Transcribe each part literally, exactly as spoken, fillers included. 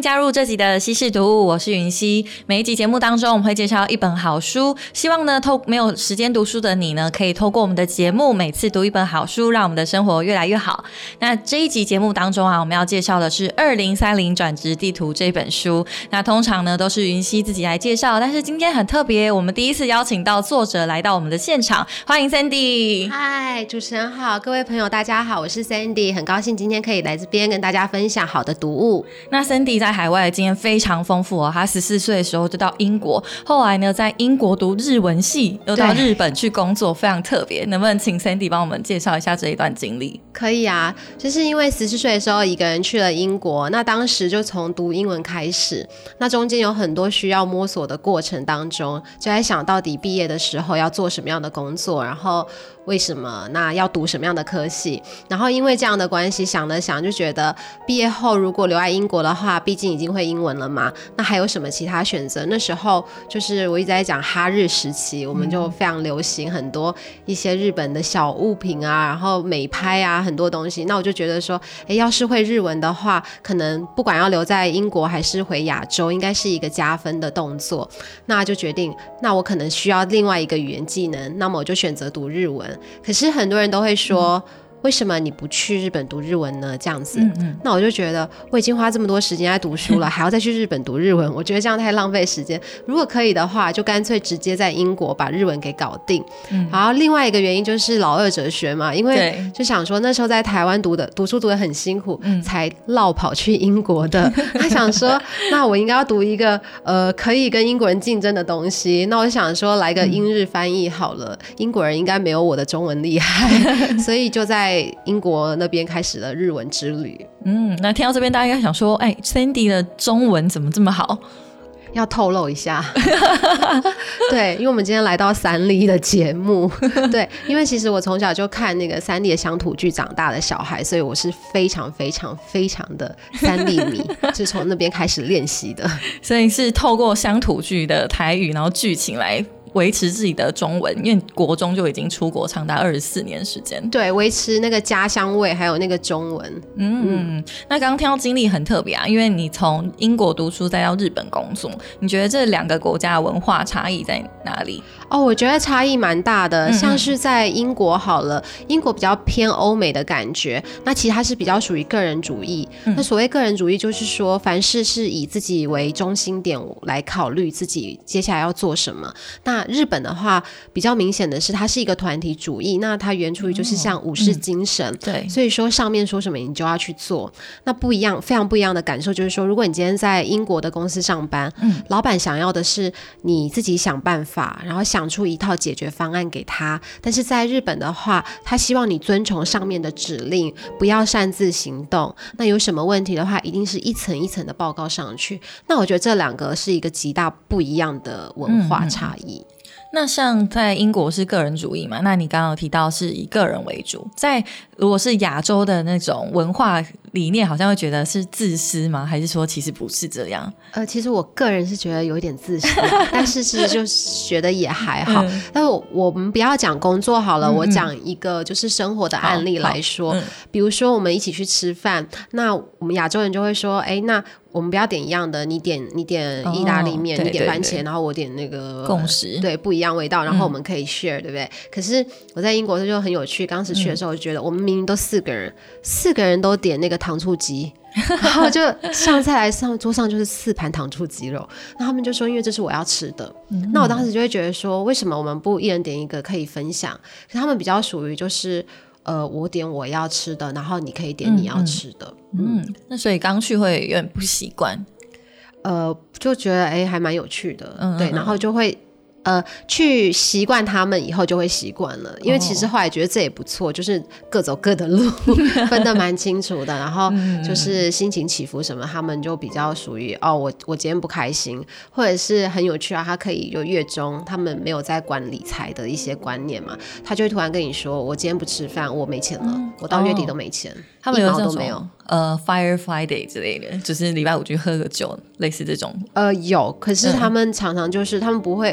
加入这集的西式读物，我是云溪。每一集节目当中，我们会介绍一本好书，希望呢，透没有时间读书的你呢，可以透过我们的节目，每次读一本好书，让我们的生活越来越好。那这一集节目当中啊，我们要介绍的是《二零三零转职地图》这本书。那通常呢，都是云溪自己来介绍，但是今天很特别，我们第一次邀请到作者来到我们的现场，欢迎 Sandy。 嗨，主持人好，各位朋友大家好，我是 Sandy， 很高兴今天可以来这边跟大家分享好的读物。 那 Sandy 在海外的经验非常丰富哦，她十四岁的时候就到英国，后来呢在英国读日文系，又到日本去工作，非常特别。能不能请 Sandy 帮我们介绍一下这一段经历？ 可以啊，就是因为十四岁的时候一个人去了英国，那当时就从读英文开始，那中间有很多需要摸索的过程当中，就在想到底毕业的时候要做什么样的工作，然后为什么，那要读什么样的科系，然后因为这样的关系想了想，就觉得毕业后如果留在英国的话，毕竟已经会英文了嘛，那还有什么其他选择？那时候就是我一直在讲哈日时期，我们就非常流行很多一些日本的小物品啊，然后美拍啊，很多东西。那我就觉得说，哎，要是会日文的话，可能不管要留在英国还是回亚洲，应该是一个加分的动作。那就决定，那我可能需要另外一个语言技能，那么我就选择读日文。可是很多人都会说，嗯，为什么你不去日本读日文呢？这样子，嗯嗯，那我就觉得我已经花这么多时间在读书了，还要再去日本读日文，我觉得这样太浪费时间。如果可以的话，就干脆直接在英国把日文给搞定。嗯，然后另外一个原因就是老二哲学嘛，因为就想说那时候在台湾读的读书读得很辛苦，嗯，才落跑去英国的。他想说，那我应该要读一个呃可以跟英国人竞争的东西。那我想说来个英日翻译好了，嗯，英国人应该没有我的中文厉害，所以就在英国那边开始了日文之旅。 嗯，那听到这边大家应该想说，哎 ，Sandy 的中文怎么这么好？ 要透露一下对，因为我们今天来到三立的节目对，因为其实我从小就看那个三立的乡土剧长大的小孩，所以我是非常非常非常的三立迷是从那边开始练习的。 所以是透过乡土剧的台语然后剧情来维持自己的中文，因为国中就已经出国长达二十四年时间。 对，维持那个家乡味还有那个中文。 嗯，那刚刚听到经历很特别啊，因为你从英国读书再到日本工作，你觉得这两个国家的文化差异在哪里？ 哦，我觉得差异蛮大的。像是在英国好了，英国比较偏欧美的感觉，那其实它是比较属于个人主义。嗯，那所谓个人主义就是说凡事是以自己为中心点来考虑自己接下来要做什么。那日本的话比较明显的是它是一个团体主义，那它源出于就是像武士精神。嗯，对，所以说上面说什么你就要去做。那不一样，非常不一样的感受就是说，如果你今天在英国的公司上班，嗯，老板想要的是你自己想办法，然后想出一套解决方案给他。但是在日本的话，他希望你遵从上面的指令，不要擅自行动。那有什么问题的话，一定是一层一层的报告上去。那我觉得这两个是一个极大不一样的文化差异。嗯嗯， 那像在英国是个人主义嘛，那你刚刚有提到是以个人为主，在如果是亚洲的那种文化理念，好像会觉得是自私吗？还是说其实不是这样？ 呃，其实我个人是觉得有一点自私但是是就觉得也还好。嗯，但是 我, 我们不要讲工作好了，嗯，我讲一个就是生活的案例来说。嗯，比如说我们一起去吃饭，那我们亚洲人就会说，哎，那我们不要点一样的，你点你点意大利面，哦，你点番茄，对对对，然后我点那个共识， 对，不一样味道，然后我们可以 share，嗯，对不对？可是我在英国就很有趣，当时去的时候我就觉得我们明明都四个人，四个人都点那个糖醋鸡然后就上菜来上桌上就是四盘糖醋鸡肉，那他们就说因为这是我要吃的。嗯，那我当时就会觉得说，为什么我们不一人点一个可以分享？可是他们比较属于就是呃，我点我要吃的，然后你可以点你要吃的。 嗯，嗯，那所以刚去会有点不习惯， 呃，就觉得哎还蛮有趣的。嗯，对，然后就会呃，去习惯他们以后就会习惯了，因为其实后来觉得这也不错，就是各走各的路分得蛮清楚的，然后就是心情起伏什么他们就比较属于哦，我我今天不开心，或者是很有趣啊，他可以有月中他们没有在管理财的一些观念嘛，他就会突然跟你说我今天不吃饭我没钱了，嗯，我到月底都没钱，哦， 他们有一毛都没有呃 Fire Friday 之类的，就是礼拜五去喝个酒类似这种。 呃有，可是他们常常就是，嗯，他们不会不太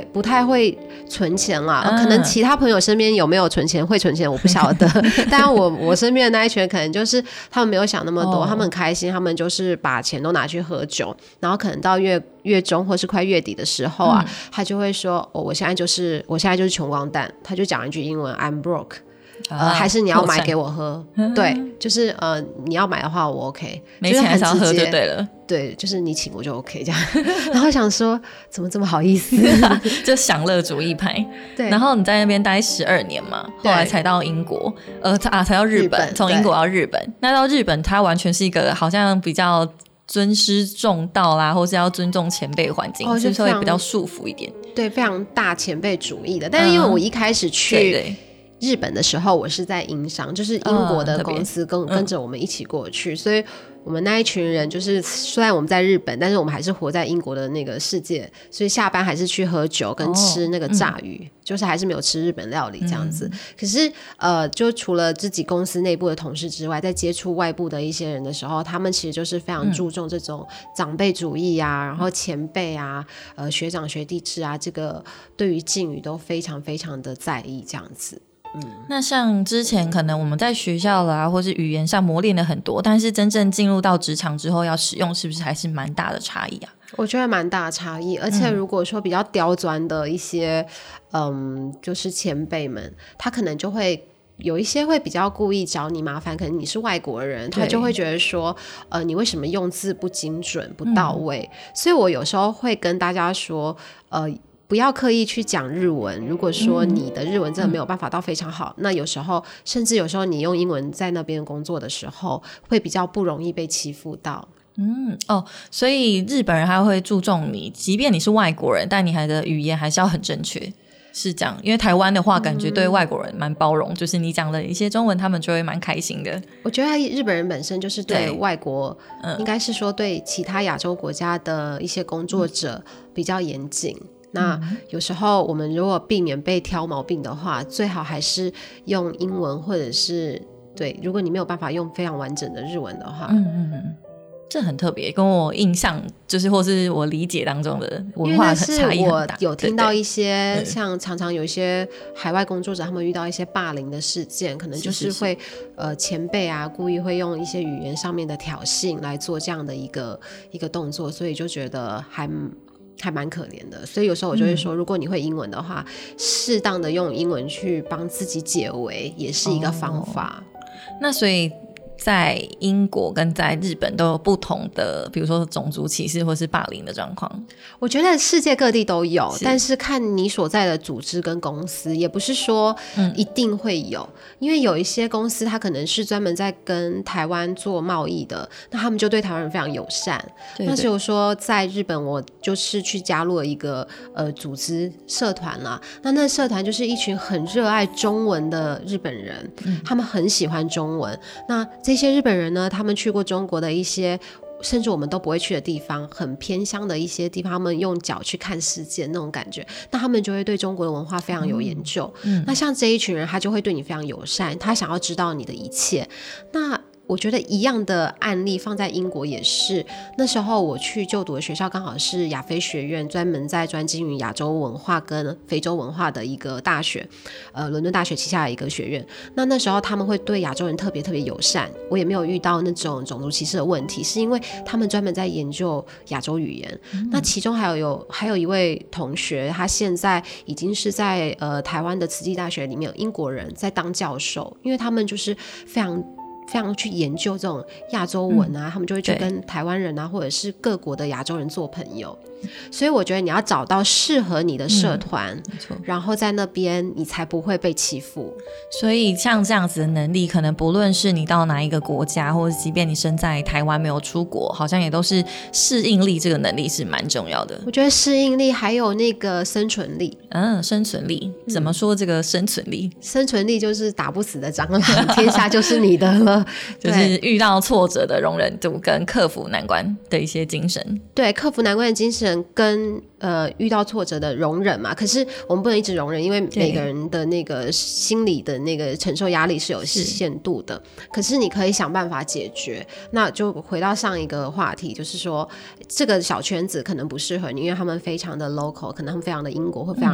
太会存钱啦、 嗯、 可能其他朋友身边有没有存钱会存钱我不晓得但我我身边的那一群可能就是他们没有想那么多、哦、他们很开心，他们就是把钱都拿去喝酒，然后可能到月月中或是快月底的时候啊、嗯、他就会说、哦、我现在就是我现在就是穷光蛋，他就讲一句英文 I'm broke、啊呃、还是你要买给我喝、嗯、对，就是呃你要买的话我 OK， 没钱还是要喝就对了， 对，就是你请我就 OK 这样然后想说怎么这么好意思就享乐主义派。 对， 然后你在那边待十二年嘛，后来才到英国，呃啊才到日本，从英国到日本。那到日本它完全是一个好像比较尊师重道啦，或是要尊重前辈环境、哦、是不是会比较束缚一点？ 对，非常大前辈主义的。但是因为我一开始去、嗯、对对日本的时候我是在英商，就是英国的公司 跟,、嗯、跟着我们一起过去、嗯、所以我们那一群人就是虽然我们在日本，但是我们还是活在英国的那个世界，所以下班还是去喝酒跟吃那个炸鱼、哦嗯、就是还是没有吃日本料理这样子、嗯、可是呃，就除了自己公司内部的同事之外，在接触外部的一些人的时候，他们其实就是非常注重这种长辈主义啊、嗯、然后前辈啊呃学长学弟制啊，这个对于敬语都非常非常的在意这样子。嗯， 那像之前可能我们在学校啦或是语言上磨练了很多，但是真正进入到职场之后要使用，是不是还是蛮大的差异啊？ 我觉得蛮大的差异，而且如果说比较刁钻的一些 嗯, 嗯就是前辈们，他可能就会有一些会比较故意找你麻烦，可能你是外国人，他就会觉得说呃，你为什么用字不精准不到位、嗯、所以我有时候会跟大家说呃不要刻意去讲日文，如果说你的日文真的没有办法到非常好、嗯、那有时候甚至有时候你用英文在那边工作的时候会比较不容易被欺负到。 嗯哦，所以日本人还会注重你即便你是外国人，但你还的语言还是要很正确，是这样？因为台湾的话感觉对外国人蛮包容、嗯、就是你讲的一些中文他们就会蛮开心的。 我觉得日本人本身就是对外国、嗯、应该是说对其他亚洲国家的一些工作者比较严谨、嗯，那有时候我们如果避免被挑毛病的话，最好还是用英文，或者是对，如果你没有办法用非常完整的日文的话， 嗯嗯嗯，这很特别，跟我印象就是或是我理解当中的文化差异很大。 我有听到一些对对像常常有一些海外工作者他们遇到一些霸凌的事件，可能就是会是是是呃前辈啊故意会用一些语言上面的挑衅来做这样的一个一个动作，所以就觉得还还蛮可怜的。所以有时候我就会说、嗯、如果你会英文的话，适当的用英文去帮自己解围也是一个方法、哦、 那所以在英国跟在日本都有不同的比如说种族歧视或是霸凌的状况？ 我觉得世界各地都有，是但是看你所在的组织跟公司，也不是说一定会有、嗯、因为有一些公司它可能是专门在跟台湾做贸易的，那他们就对台湾人非常友善。对对，那所以说在日本我就是去加入了一个呃组织社团啦，那那社团就是一群很热爱中文的日本人、嗯、他们很喜欢中文，那这些日本人呢，他们去过中国的一些甚至我们都不会去的地方，很偏乡的一些地方，他们用脚去看世界那种感觉，那他们就会对中国的文化非常有研究、嗯嗯、那像这一群人他就会对你非常友善，他想要知道你的一切。那我觉得一样的案例放在英国也是，那时候我去就读的学校刚好是亚非学院，专门在专精于亚洲文化跟非洲文化的一个大学，呃，伦敦大学旗下的一个学院。那那时候他们会对亚洲人特别特别友善，我也没有遇到那种种族歧视的问题，是因为他们专门在研究亚洲语言、嗯、那其中还有有还有一位同学，他现在已经是在呃台湾的慈济大学里面有英国人在当教授，因为他们就是非常非常去研究这种亚洲文啊、嗯、他们就会去跟台湾人啊或者是各国的亚洲人做朋友。所以我觉得你要找到适合你的社团、嗯、然后在那边你才不会被欺负。 所以像这样子的能力，可能不论是你到哪一个国家，或者即便你身在台湾没有出国，好像也都是适应力这个能力是蛮重要的。 我觉得适应力还有那个生存力。 嗯，生存力怎么说？这个生存力、嗯、 生存力就是打不死的蟑螂天下就是你的了就是遇到挫折的容忍度跟克服难关的一些精神。 对，克服难关的精神跟呃遇到挫折的容忍嘛，可是我们不能一直容忍，因为每个人的那个心理的那个承受压力是有限度的，可是你可以想办法解决。那就回到上一个话题，就是说这个小圈子可能不适合你，因为他们非常的 local， 可能他们非常的英国或非常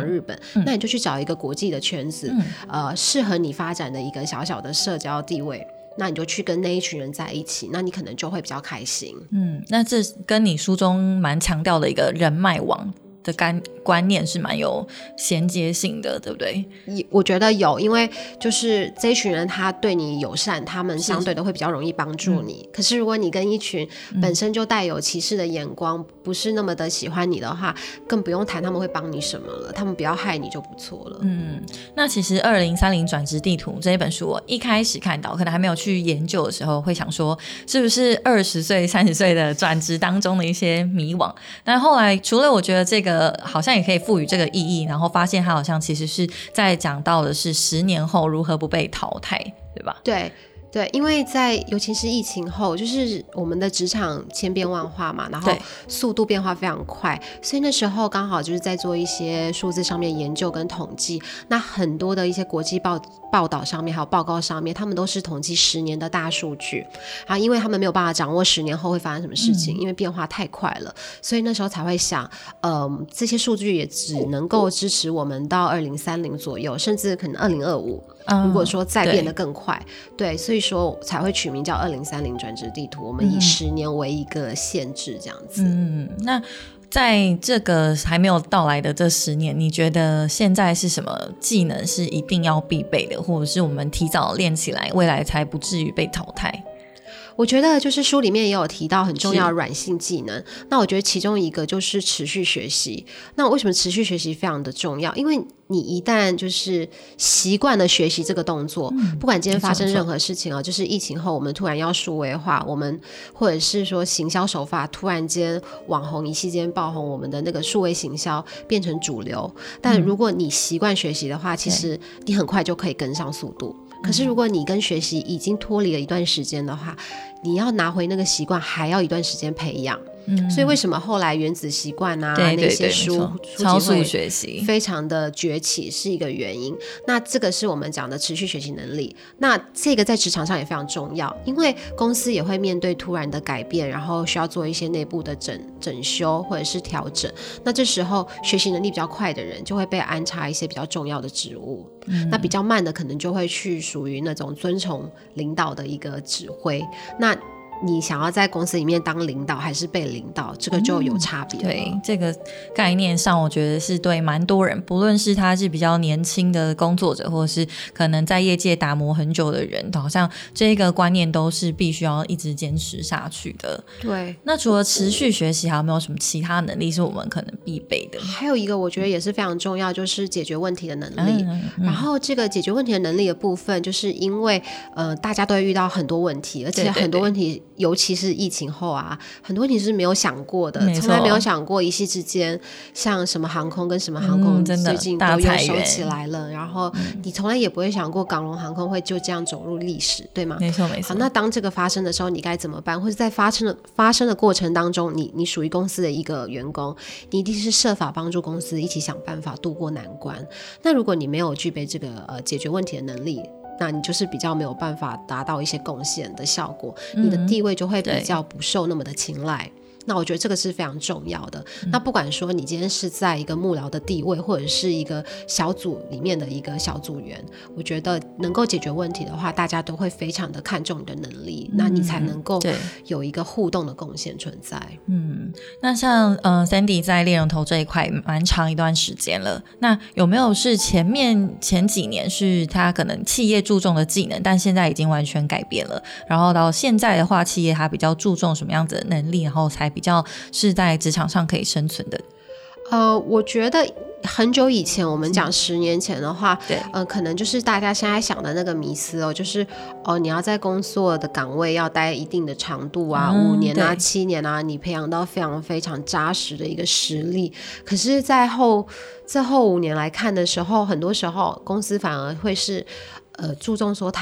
日本、嗯、那你就去找一个国际的圈子、嗯、呃，适合你发展的一个小小的社交地位，那你就去跟那一群人在一起，那你可能就会比较开心。 嗯，那这跟你书中蛮强调的一个人脉网的观念是蛮有衔接性的，对不对？ 我觉得有，因为就是这一群人他对你友善，他们相对的会比较容易帮助你、嗯、可是如果你跟一群本身就带有歧视的眼光、嗯、不是那么的喜欢你的话，更不用谈他们会帮你什么了，他们不要害你就不错了。 嗯，那其实二零三零转职地图这一本书，我一开始看到可能还没有去研究的时候会想说是不是二十岁三十岁的转职当中的一些迷惘，但后来除了我觉得这个好像也可以赋予这个意义，然后发现它好像其实是在讲到的是十年后如何不被淘汰，对吧？ 对对，因为在尤其是疫情后，就是我们的职场千变万化嘛，然后速度变化非常快，所以那时候刚好就是在做一些数字上面研究跟统计，那很多的一些国际报报道上面还有报告上面，他们都是统计十年的大数据啊，因为他们没有办法掌握十年后会发生什么事情、嗯、因为变化太快了，所以那时候才会想嗯，这些数据也只能够支持我们到二零三零左右，甚至可能二零二五，如果说再变得更快、嗯、对, 对，所以说才会取名叫二零三零转职地图，我们以十年为一个限制这样子。 嗯，那在这个还没有到来的这十年，你觉得现在是什么技能是一定要必备的，或者是我们提早练起来，未来才不至于被淘汰？ 我觉得就是书里面也有提到很重要的软性技能，那我觉得其中一个就是持续学习。那为什么持续学习非常的重要？因为你一旦就是习惯了学习这个动作、嗯、不管今天发生任何事情哦，就是疫情后我们突然要数位化，我们或者是说行销手法突然间网红一夕间爆红，我们的那个数位行销变成主流，但如果你习惯学习的话、嗯、其实你很快就可以跟上速度。可是如果你跟学习已经脱离了一段时间的话，你要拿回那个习惯还要一段时间培养、嗯、所以为什么后来原子习惯啊， 对对对， 那些书超速学习非常的崛起是一个原因。那这个是我们讲的持续学习能力，那这个在职场上也非常重要，因为公司也会面对突然的改变，然后需要做一些内部的 整, 整修或者是调整，那这时候学习能力比较快的人就会被安插一些比较重要的职务、嗯、那比较慢的可能就会去属于那种遵从领导的一个指挥。那你想要在公司里面当领导还是被领导，这个就有差别、嗯、 对，这个概念上我觉得是对蛮多人，不论是他是比较年轻的工作者，或者是可能在业界打磨很久的人，好像这个观念都是必须要一直坚持下去的。 对， 那除了持续学习还有没有什么其他能力是我们可能必备的？ 还有一个我觉得也是非常重要，就是解决问题的能力、嗯嗯、然后这个解决问题的能力的部分，就是因为呃大家都会遇到很多问题，而且很多问题对对对，尤其是疫情后啊，很多问题是没有想过的，从来没有想过一夕之间像什么航空跟什么航空、嗯、最近都又收起来了，然后你从来也不会想过港龙航空会就这样走入历史，对吗？ 没错没错。 好，那当这个发生的时候你该怎么办，或者在发生的发生的过程当中，你你属于公司的一个员工，你一定是设法帮助公司一起想办法度过难关。那如果你没有具备这个呃解决问题的能力，那你就是比较没有办法达到一些贡献的效果、嗯、你的地位就会比较不受那么的青睐。那我觉得这个是非常重要的、嗯、那不管说你今天是在一个幕僚的地位，或者是一个小组里面的一个小组员，我觉得能够解决问题的话，大家都会非常的看重你的能力、嗯、那你才能够有一个互动的贡献存在。 嗯，那像呃 Sandy 在猎人头这一块蛮长一段时间了，那有没有是前面前几年是他可能企业注重的技能，但现在已经完全改变了，然后到现在的话企业他比较注重什么样子的能力，然后才比较是在职场上可以生存的？ 呃，我觉得很久以前，我们讲十年前的话， 对， 呃，可能就是大家现在想的那个迷思哦，就是哦，你要在工作的岗位要待一定的长度啊，嗯、五年啊、七年啊，你培养到非常非常扎实的一个实力。可是，在后这后五年来看的时候，很多时候公司反而会是呃注重说他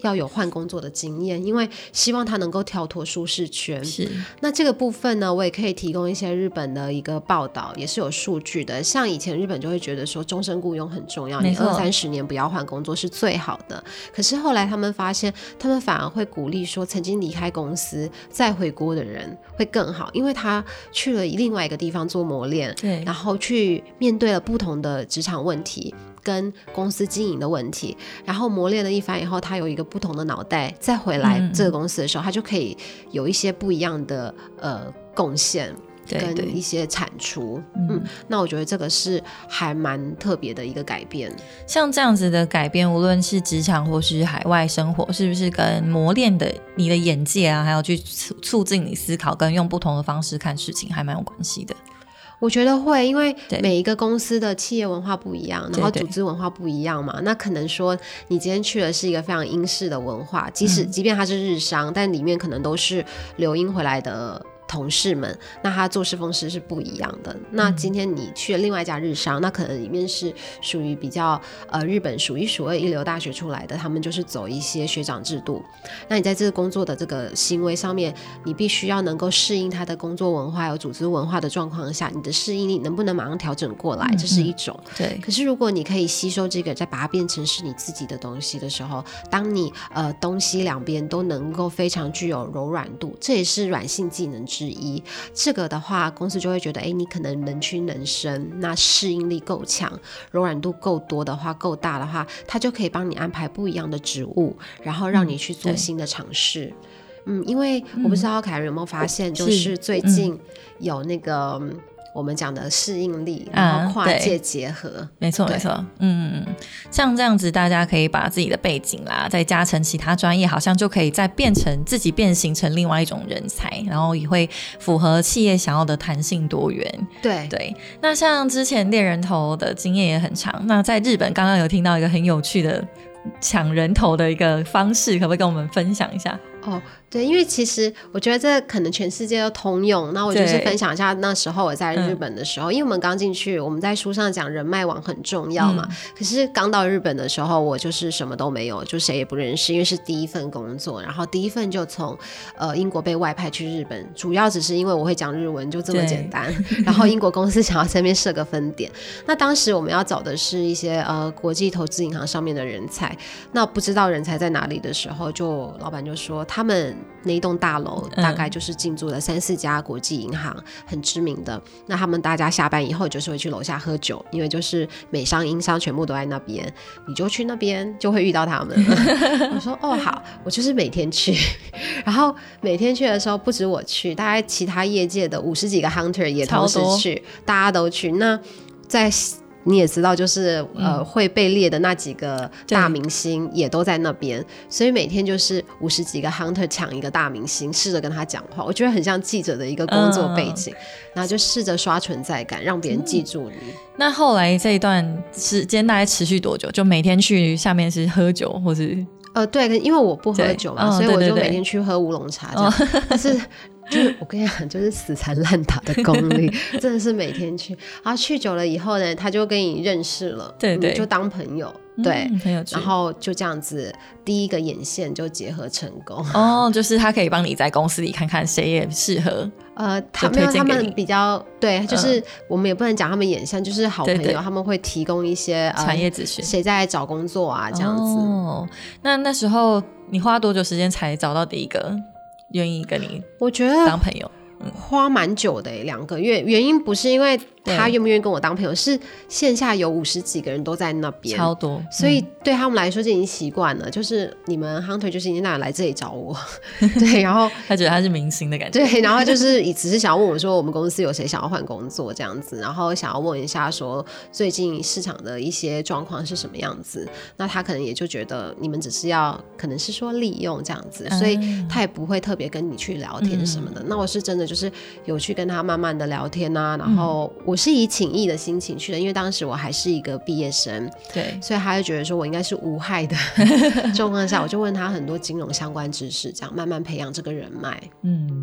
要有换工作的经验，因为希望他能够跳脱舒适圈。 是， 那这个部分呢，我也可以提供一些日本的一个报道，也是有数据的。像以前日本就会觉得说终身雇佣很重要，你二三十年不要换工作是最好的。可是后来他们发现，他们反而会鼓励说，曾经离开公司再回国的人会更好，因为他去了另外一个地方做磨练， 对， 然后去面对了不同的职场问题跟公司经营的问题，然后磨练了一番以后，他有一个不同的脑袋，再回来这个公司的时候，嗯、他就可以有一些不一样的呃贡献跟一些产出。对对，嗯，那我觉得这个是还蛮特别的一个改变。 像这样子的改变，无论是职场或是海外生活，是不是跟磨练的你的眼界啊，还有去促进你思考跟用不同的方式看事情，还蛮有关系的？ 我觉得会，因为每一个公司的企业文化不一样，然后组织文化不一样嘛。那可能说你今天去的是一个非常英式的文化，即使、嗯、即便它是日商，但里面可能都是留英回来的同事们，那他做事方式是不一样的。那今天你去了另外一家日商，那可能里面是属于比较呃日本数一数二一流大学出来的，他们就是走一些学长制度。那你在这个工作的这个行为上面，你必须要能够适应他的工作文化有组织文化的状况下，你的适应力能不能马上调整过来，这是一种、嗯、 对。 可是如果你可以吸收这个，再把它变成是你自己的东西的时候，当你呃东西两边都能够非常具有柔软度，这也是软性技能之一。这个的话，公司就会觉得，哎，你可能能屈能伸，那适应力够强，柔软度够多的话，够大的话，他就可以帮你安排不一样的职务，然后让你去做新的尝试。嗯，因为我不知道凯伦有没有发现，嗯、就是最近有那个。嗯我们讲的适应力，然后跨界结合， 啊、没错没错，嗯，像这样子，大家可以把自己的背景啦，再加成其他专业，好像就可以再变成自己变形成另外一种人才，然后也会符合企业想要的弹性多元。 对对，那像之前猎人头的经验也很长，那在日本刚刚有听到一个很有趣的抢人头的一个方式，可不可以跟我们分享一下？ 哦，对，因为其实我觉得这可能全世界都通用。那我就是分享一下那时候我在日本的时候，因为我们刚进去，我们在书上讲人脉网很重要嘛。嗯、可是刚到日本的时候，我就是什么都没有，就谁也不认识，因为是第一份工作，然后第一份就从呃英国被外派去日本，主要只是因为我会讲日文，就这么简单。然后英国公司想要在那边设个分店，那当时我们要找的是一些呃国际投资银行上面的人才，那不知道人才在哪里的时候，就老板就说。他们那一栋大楼大概就是进驻了三四家国际银行，很知名的。那他们大家下班以后就是会去楼下喝酒，因为就是美商、英商全部都在那边，你就去那边就会遇到他们。我说哦好，我就是每天去。然后每天去的时候，不止我去，大概其他业界的五十几个 hunter 也同时去，大家都去。那在你也知道就是呃、嗯、会被列的那几个大明星也都在那边，所以每天就是五十几个 hunter 抢一个大明星，试着跟他讲话，我觉得很像记者的一个工作背景、嗯、然后就试着刷存在感，让别人记住你、嗯、 那后来这一段时间大概持续多久？就每天去下面是喝酒或是呃对，因为我不喝酒嘛、哦、所以我就每天去喝乌龙茶这样、哦、但是就是我跟你讲，就是死缠烂打的功力，真的是每天去，然后去久了以后呢，他就跟你认识了， 对对， 你就当朋友，对、 嗯，很有趣， 然后就这样子，第一个眼线就结合成功。 哦，就是他可以帮你在公司里看看谁也适合， 呃，他没有，他们比较对，就是我们也不能讲他们眼线，就是好朋友，对对，他们会提供一些产业资讯， 谁在找工作啊这样子。 哦，那那时候你花多久时间才找到第一个愿意跟你我觉得当朋友？ 花蛮久的耶，两个月。原因不是因为他愿不愿意跟我当朋友，是线下有五十几个人都在那边， 超多，嗯、 所以对他们来说就已经习惯了。就是你们 hunter 就是一天到晚来这里找我，对，然后他觉得他是明星的感觉， 对，然后就是只是想要问我说我们公司有谁想要换工作这样子，然后想要问一下说最近市场的一些状况是什么样子。那他可能也就觉得你们只是要可能是说利用这样子，所以他也不会特别跟你去聊天什么的。嗯、那我是真的就是有去跟他慢慢的聊天啊，然后我是以请益的心情去的，因为当时我还是一个毕业生， 对， 所以他就觉得说我应该是无害的状况下，我就问他很多金融相关知识，这样慢慢培养这个人脉。 嗯，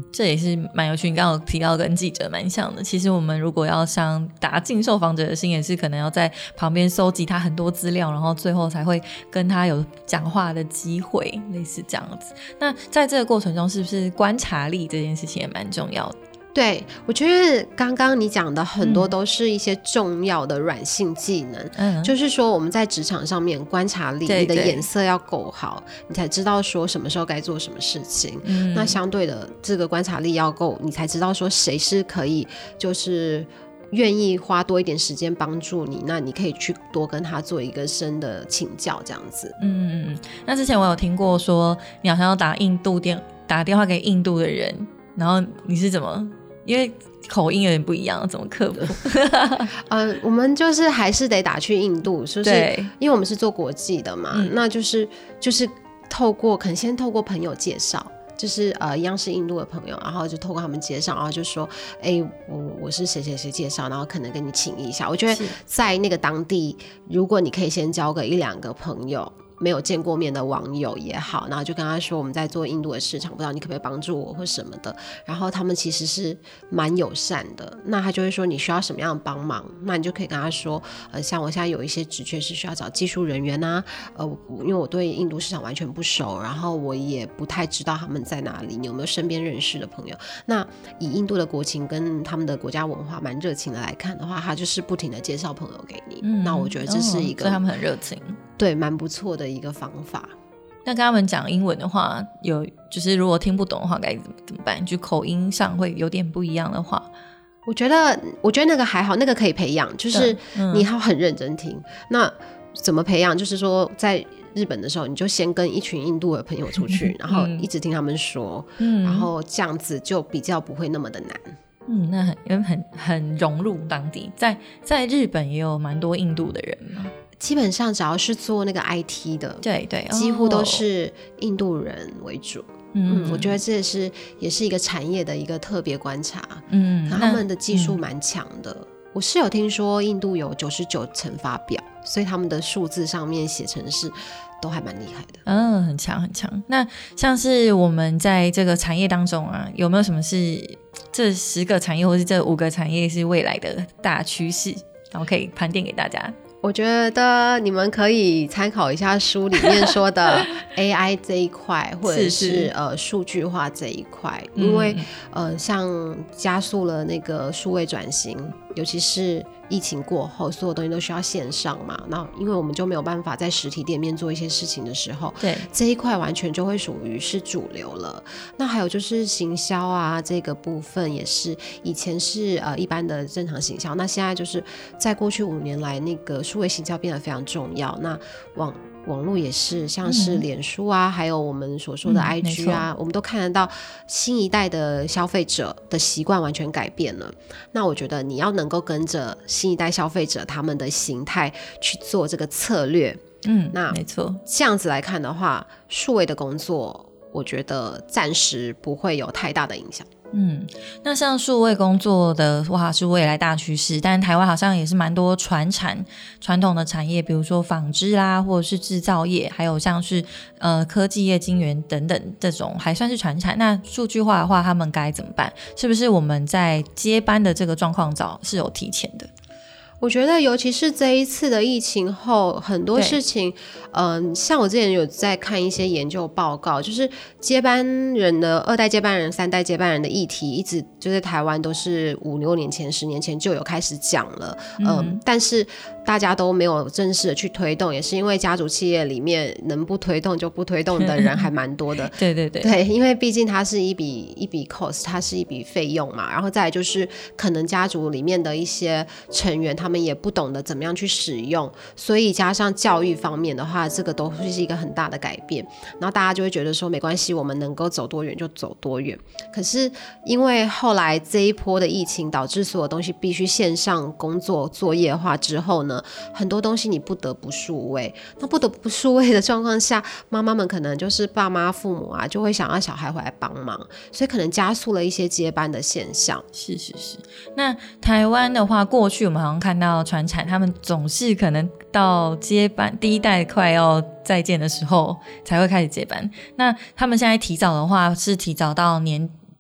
这也是蛮有趣，你刚刚有提到跟记者蛮像的，其实我们如果要想打进受访者的心，也是可能要在旁边收集他很多资料，然后最后才会跟他有讲话的机会，类似这样子。那在这个过程中是不是观察力这件事情也蛮重要的？ 对，我觉得刚刚你讲的很多都是一些重要的软性技能、嗯、就是说我们在职场上面观察力，你的眼色要够好，你才知道说什么时候该做什么事情、嗯、那相对的这个观察力要够，你才知道说谁是可以就是愿意花多一点时间帮助你，那你可以去多跟他做一个深的请教这样子。 嗯嗯嗯。那之前我有听过说你好像要打印度电打电话给印度的人，然后你是怎么，因为口音有点不一样，怎么克服？ 呃，我们就是还是得打去印度，就是因为我们是做国际的嘛、嗯、那就是就是透过可能先透过朋友介绍，就是呃一样是印度的朋友，然后就透过他们介绍，然后就说哎、欸，我我是谁谁谁介绍，然后可能跟你请一下。我觉得在那个当地，如果你可以先交个一两个朋友，没有见过面的网友也好，然后就跟他说我们在做印度的市场，不知道你可不可以帮助我或什么的，然后他们其实是蛮友善的，那他就会说你需要什么样的帮忙，那你就可以跟他说呃，像我现在有一些职缺是需要找技术人员啊，呃，因为我对印度市场完全不熟，然后我也不太知道他们在哪里，你有没有身边认识的朋友？那以印度的国情跟他们的国家文化蛮热情的来看的话，他就是不停的介绍朋友给你、嗯、那我觉得这是一个、哦、 所以他们很热情， 对，蛮不错的一个方法。 那跟他们讲英文的话，有就是如果听不懂的话该怎么办？就口音上会有点不一样的话， 我觉得我觉得那个还好，那个可以培养，就是你要很认真听、嗯、那怎么培养？就是说在日本的时候，你就先跟一群印度的朋友出去、嗯、然后一直听他们说、嗯、然后这样子就比较不会那么的难。 嗯，那很因为很很融入当地，在在日本也有蛮多印度的人嘛。 基本上只要是做那个 I T 的， 对对， 几乎都是印度人为主。嗯, 嗯，我觉得这是也是一个产业的一个特别观察。嗯，他们的技术蛮强的、嗯。我是有听说印度有九十九乘法表，所以他们的数字上面写程式都还蛮厉害的。 嗯，很强很强。那像是我们在这个产业当中啊，有没有什么是这十个产业或是这五个产业是未来的大趋势，然后可以盘点给大家？ 我觉得你们可以参考一下书里面说的 A I 这一块，或者是, 是呃数据化这一块，因为、嗯、呃像加速了那个数位转型，尤其是疫情过后，所有东西都需要线上嘛，那因为我们就没有办法在实体店面做一些事情的时候，对这一块完全就会属于是主流了。那还有就是行销啊，这个部分也是以前是呃一般的正常行销，那现在就是在过去五年来，那个数位行销变得非常重要。那网网络也是，像是脸书啊、嗯、还有我们所说的 I G 啊、嗯、我们都看得到新一代的消费者的习惯完全改变了。那我觉得你要能够跟着新一代消费者他们的形态去做这个策略， 嗯，那没错。 这样子来看的话，数位的工作我觉得暂时不会有太大的影响。 嗯，那像数位工作的话是未来大趋势，但台湾好像也是蛮多传产传统的产业，比如说纺织啦，或者是制造业，还有像是呃科技业、晶圆等等，这种还算是传产。那数据化的话他们该怎么办？是不是我们在接班的这个状况早是有提前的？ 我觉得尤其是这一次的疫情后，很多事情嗯、呃，像我之前有在看一些研究报告，就是接班人的二代接班人、三代接班人的议题一直就在台湾都是五六年前、十年前就有开始讲了，嗯、呃，但是大家都没有正式的去推动，也是因为家族企业里面能不推动就不推动的人还蛮多的。 对对对， 对，因为毕竟它是一笔一笔 cost， 它是一笔费用嘛，然后再来就是可能家族里面的一些成员他们也不懂得怎么样去使用，所以加上教育方面的话，这个都是一个很大的改变。然后大家就会觉得说没关系，我们能够走多远就走多远。可是因为后来这一波的疫情导致所有东西必须线上工作作业化之后呢，很多东西你不得不数位。那不得不数位的状况下，妈妈们可能就是爸妈父母啊，就会想要小孩回来帮忙，所以可能加速了一些接班的现象。 是是是。那台湾的话，过去我们好像看到传产他们总是可能到接班第一代快要再见的时候才会开始接班，那他们现在提早的话是提早到年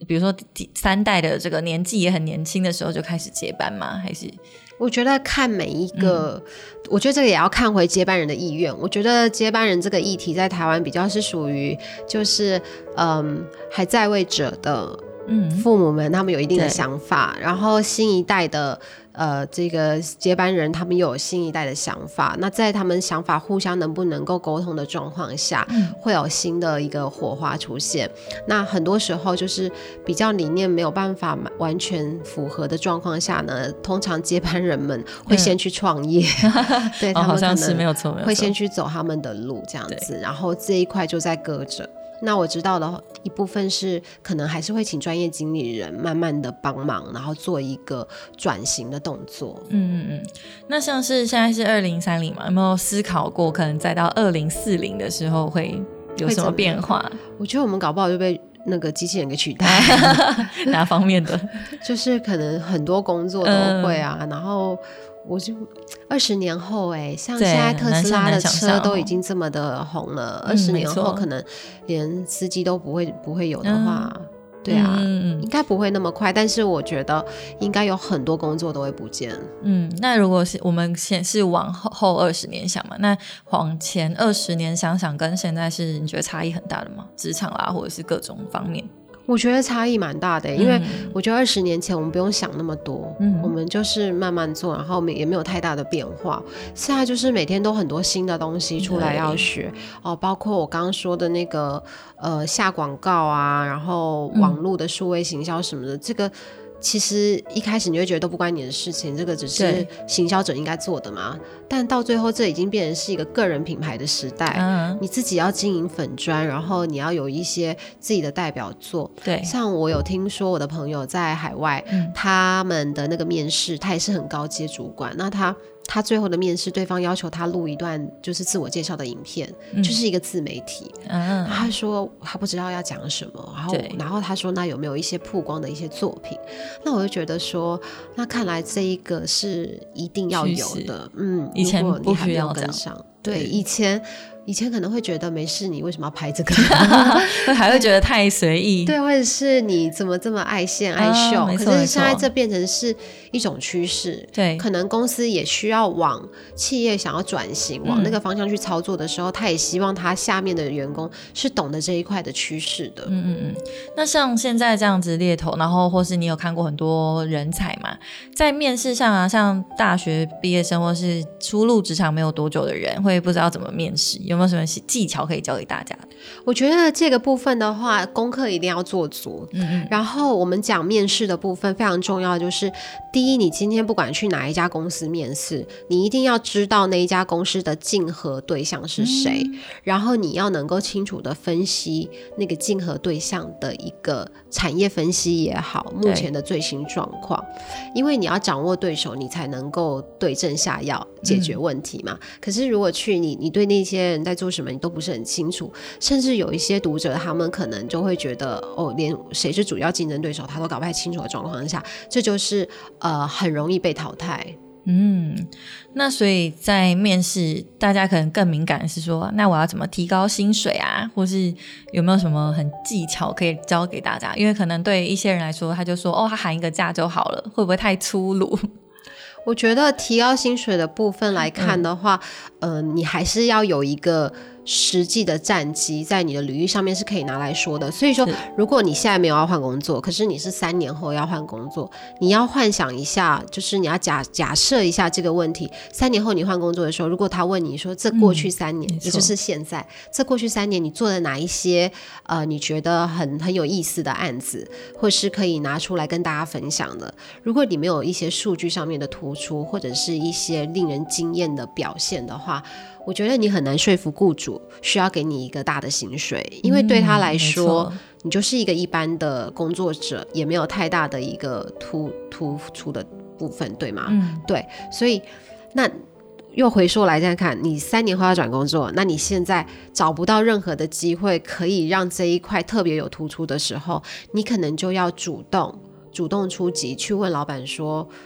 比如说第三代的这个年纪也很年轻的时候就开始接班吗？还是？ 我觉得看每一个、嗯、我觉得这个也要看回接班人的意愿。我觉得接班人这个议题在台湾比较是属于就是嗯还在位者的父母们、嗯、他们有一定的想法，然后新一代的呃这个接班人他们又有新一代的想法，那在他们想法互相能不能够沟通的状况下、嗯、会有新的一个火花出现。那很多时候就是比较理念没有办法完全符合的状况下呢，通常接班人们会先去创业、嗯、对他们可能会先去走他们的路这样子，然后这一块就在搁着。那我知道的一部分是可能还是会请专业经理人慢慢的帮忙，然后做一个转型的动作。 嗯嗯嗯。那像是现在是二零三零嘛，有没有思考过可能再到二零四零的时候会有什么变化？ 我觉得我们搞不好就被那个机器人给取代。 哪方面的？ 就是可能很多工作都会啊、嗯、然后我就二十年后哎、欸，像现在特斯拉的车都已经这么的红了，二十、嗯、年后可能连司机都不会不会有的话、嗯、对啊、嗯、应该不会那么快，但是我觉得应该有很多工作都会不见。 嗯，那如果是我们先是往后二十年想嘛，那往前二十年想想，跟现在是你觉得差异很大的吗？职场啦，或者是各种方面？ 我觉得差异蛮大的、欸、因为我觉得二十年前我们不用想那么多、嗯、我们就是慢慢做，然后我们也没有太大的变化。现在就是每天都很多新的东西出来要学哦，包括我刚刚说的那个呃下广告啊，然后网络的数位行销什么的、嗯、这个其实一开始你会觉得都不关你的事情，这个只是行销者应该做的嘛，但到最后这已经变成是一个个人品牌的时代、嗯、你自己要经营粉专，然后你要有一些自己的代表作。 对， 像我有听说我的朋友在海外、嗯、他们的那个面试他也是很高阶主管，那他他最后的面试对方要求他录一段就是自我介绍的影片、嗯、就是一个自媒体、嗯、他说他不知道要讲什么，然后然后他说那有没有一些曝光的一些作品，那我就觉得说那看来这一个是一定要有的。嗯， 以前不需要跟上。对，以前以前可能会觉得没事，你为什么要拍这个？ 还会觉得太随意。 对，或者是你怎么这么爱现爱秀、啊、可是现在这变成是一种趋势。对，可能公司也需要往企业想要转型、嗯、往那个方向去操作的时候，他也希望他下面的员工是懂得这一块的趋势的。 嗯嗯嗯。那像现在这样子猎头，然后或是你有看过很多人才嘛，在面试上啊，像大学毕业生或是初入职场没有多久的人会不知道怎么面试，有没有什么技巧可以教给大家？ 我觉得这个部分的话功课一定要做足。嗯嗯。然后我们讲面试的部分非常重要，就是第一，你今天不管去哪一家公司面试，你一定要知道那一家公司的竞合对象是谁、嗯、然后你要能够清楚的分析那个竞合对象的一个产业分析也好，目前的最新状况，因为你要掌握对手，你才能够对症下药解决问题嘛、嗯、可是如果去你你对那些人在做什么你都不是很清楚，甚至有一些读者他们可能就会觉得哦，连谁是主要竞争对手他都搞不太清楚的状况下，这就是呃很容易被淘汰。 嗯，那所以在面试大家可能更敏感的是说，那我要怎么提高薪水啊，或是有没有什么很技巧可以教给大家？因为可能对一些人来说他就说哦，他喊一个价就好了，会不会太粗鲁？ 我觉得提高薪水的部分来看的话、嗯呃、你还是要有一个实际的战绩在你的履历上面是可以拿来说的。所以说如果你现在没有要换工作，可是你是三年后要换工作，你要幻想一下，就是你要 假, 假设一下这个问题，三年后你换工作的时候，如果他问你说这过去三年、嗯、也就是现在这过去三年你做了哪一些呃你觉得很很有意思的案子，或是可以拿出来跟大家分享的，如果你没有一些数据上面的突出，或者是一些令人惊艳的表现的话，我觉得你很难说服雇主需要给你一个大的薪水，因为对他来说、嗯、你就是一个一般的工作者，也没有太大的一个突突出的部分，对吗？嗯，对，所以那又回溯来再看，你三年后要转工作，那你现在找不到任何的机会可以让这一块特别有突出的时候，你可能就要主动主动出击去问老板说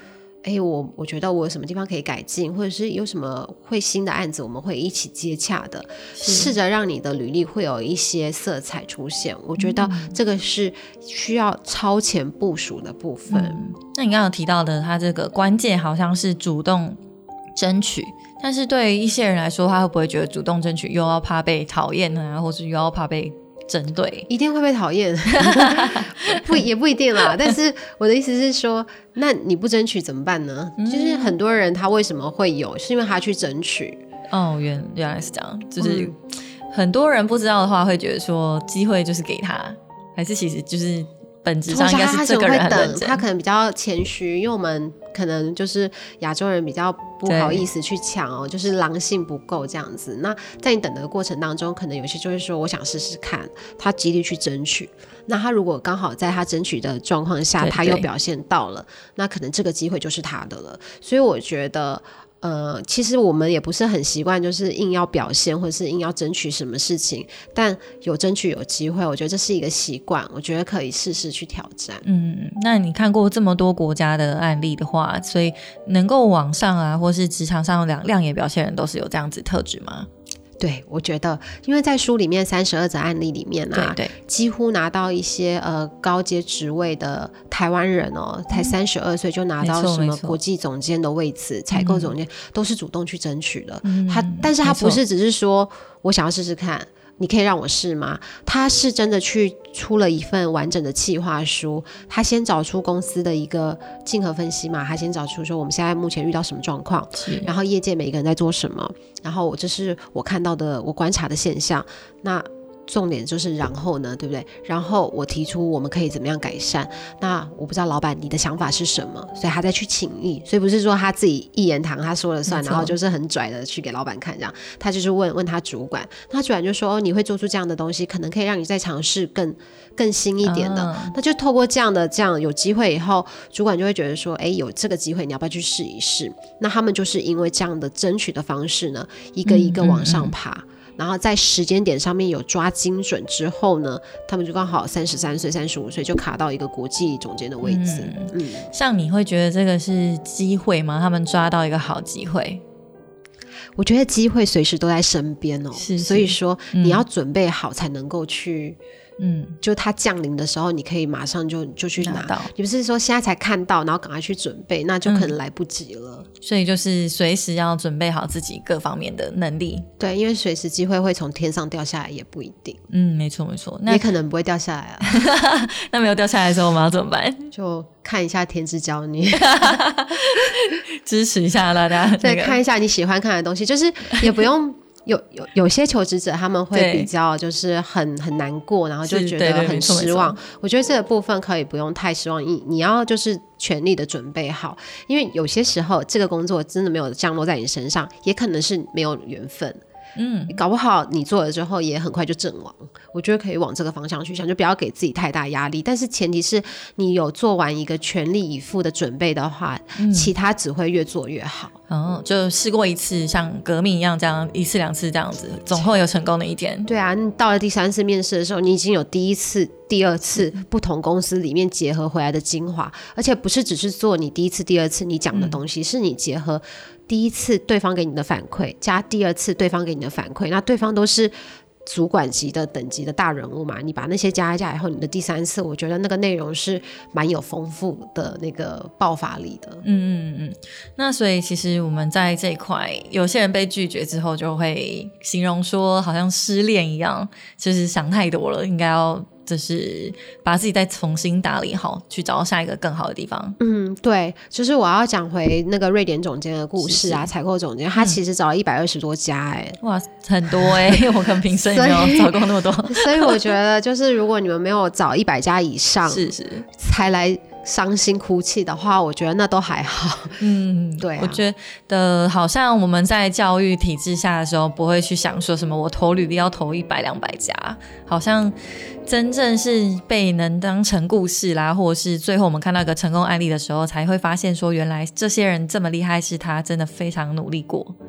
哎，我我觉得我有什么地方可以改进，或者是有什么会新的案子我们会一起接洽的，试着让你的履历会有一些色彩出现。我觉得这个是需要超前部署的部分。 嗯、那你刚刚有提到的，他这个关键好像是主动争取，但是对于一些人来说，他会不会觉得主动争取又要怕被讨厌啊，或是又要怕被针对？ 一定会被讨厌不也不一定啦，但是我的意思是说，那你不争取怎么办呢？嗯、就是很多人他为什么会有，是因为他去争取。 哦，原原来是这样，就是、嗯、很多人不知道的话会觉得说机会就是给他，还是其实就是本质上应该是这个人很认真， 他可能比较谦虚，因为我们可能就是亚洲人比较不好意思去抢哦，就是狼性不够这样子。那在你等的过程当中，可能有些就会说我想试试看，他极力去争取。那他如果刚好在他争取的状况下，他又表现到了，那可能这个机会就是他的了。所以我觉得呃，其实我们也不是很习惯就是硬要表现或者是硬要争取什么事情，但有争取有机会，我觉得这是一个习惯，我觉得可以试试去挑战。 嗯，那你看过这么多国家的案例的话，所以能够往上啊或是职场上亮亮眼表现的人都是有这样子特质吗？ 对，我觉得因为在书里面三十二则案例里面啊， 对对， 几乎拿到一些呃高阶职位的台湾人哦，才三十二岁就拿到什么国际总监的位置、采购总监、嗯、都是主动去争取的、嗯、他但是他不是只是说我想要试试看，你可以让我试吗？他是真的去出了一份完整的企划书，他先找出公司的一个竞合分析嘛，他先找出说我们现在目前遇到什么状况，然后业界每一个人在做什么，然后我这是我看到的我观察的现象，那重点就是然后呢，对不对？然后我提出我们可以怎么样改善，那我不知道老板你的想法是什么，所以他再去请益，所以不是说他自己一言堂他说了算，然后就是很拽的去给老板看这样，他就是问问他主管，他主管就说、哦、你会做出这样的东西，可能可以让你再尝试更更新一点的、嗯、那就透过这样的这样有机会以后，主管就会觉得说哎，有这个机会你要不要去试一试，那他们就是因为这样的争取的方式呢，一个一个往上爬、嗯嗯嗯，然后在时间点上面有抓精准之后呢，他们就刚好三十三岁、三十五岁就卡到一个国际总监的位置。嗯嗯， 像你会觉得这个是机会吗？他们抓到一个好机会？ 我觉得机会随时都在身边哦，是是，所以说你要准备好才能够去。嗯，就它降临的时候你可以马上就就去 拿, 拿到，你不是说现在才看到然后赶快去准备，那就可能来不及了、嗯、 所以就是随时要准备好自己各方面的能力。 对，因为随时机会会从天上掉下来也不一定。 嗯，没错没错， 也可能不会掉下来啊那没有掉下来的时候我们要怎么办？ 就看一下天之娇女支持一下大家、那个、 对，看一下你喜欢看的东西，就是也不用有, 有, 有些求职者他们会比较就是很很难过，然后就觉得很失望，我觉得这个部分可以不用太失望，你你要就是全力的准备好，因为有些时候这个工作真的没有降落在你身上，也可能是没有缘分，嗯，搞不好你做了之后也很快就阵亡，我觉得可以往这个方向去想，就不要给自己太大压力，但是前提是你有做完一个全力以赴的准备的话、嗯、其他只会越做越好。 哦，就试过一次像革命一样这样一次两次这样子，总会有成功的一天。 对啊，你到了第三次面试的时候，你已经有第一次第二次不同公司里面结合回来的精华，而且不是只是做你第一次第二次你讲的东西、嗯、是你结合第一次对方给你的反馈加第二次对方给你的反馈，那对方都是主管级的等级的大人物嘛，你把那些加一加以后，你的第三次我觉得那个内容是蛮有丰富的那个爆发力的。 嗯嗯嗯。那所以其实我们在这一块，有些人被拒绝之后就会形容说好像失恋一样，就是想太多了，应该要就是把自己再重新打理好，去找到下一个更好的地方。 嗯，对，就是我要讲回那个瑞典总监的故事啊，采购总监他其实找了一百二十多家哎、欸嗯，哇， 很多哎、欸，我可能平生也没有找过那么多。 所以我觉得就是如果你们没有找一百家以上， 是是才来伤心哭泣的话，我觉得那都还好。 嗯，对、啊，我觉得好像我们在教育体制下的时候，不会去想说什么我投履历要投一百两百家，好像真正是被能当成故事啦，或者是最后我们看到一个成功案例的时候，才会发现说原来这些人这么厉害，是他真的非常努力过。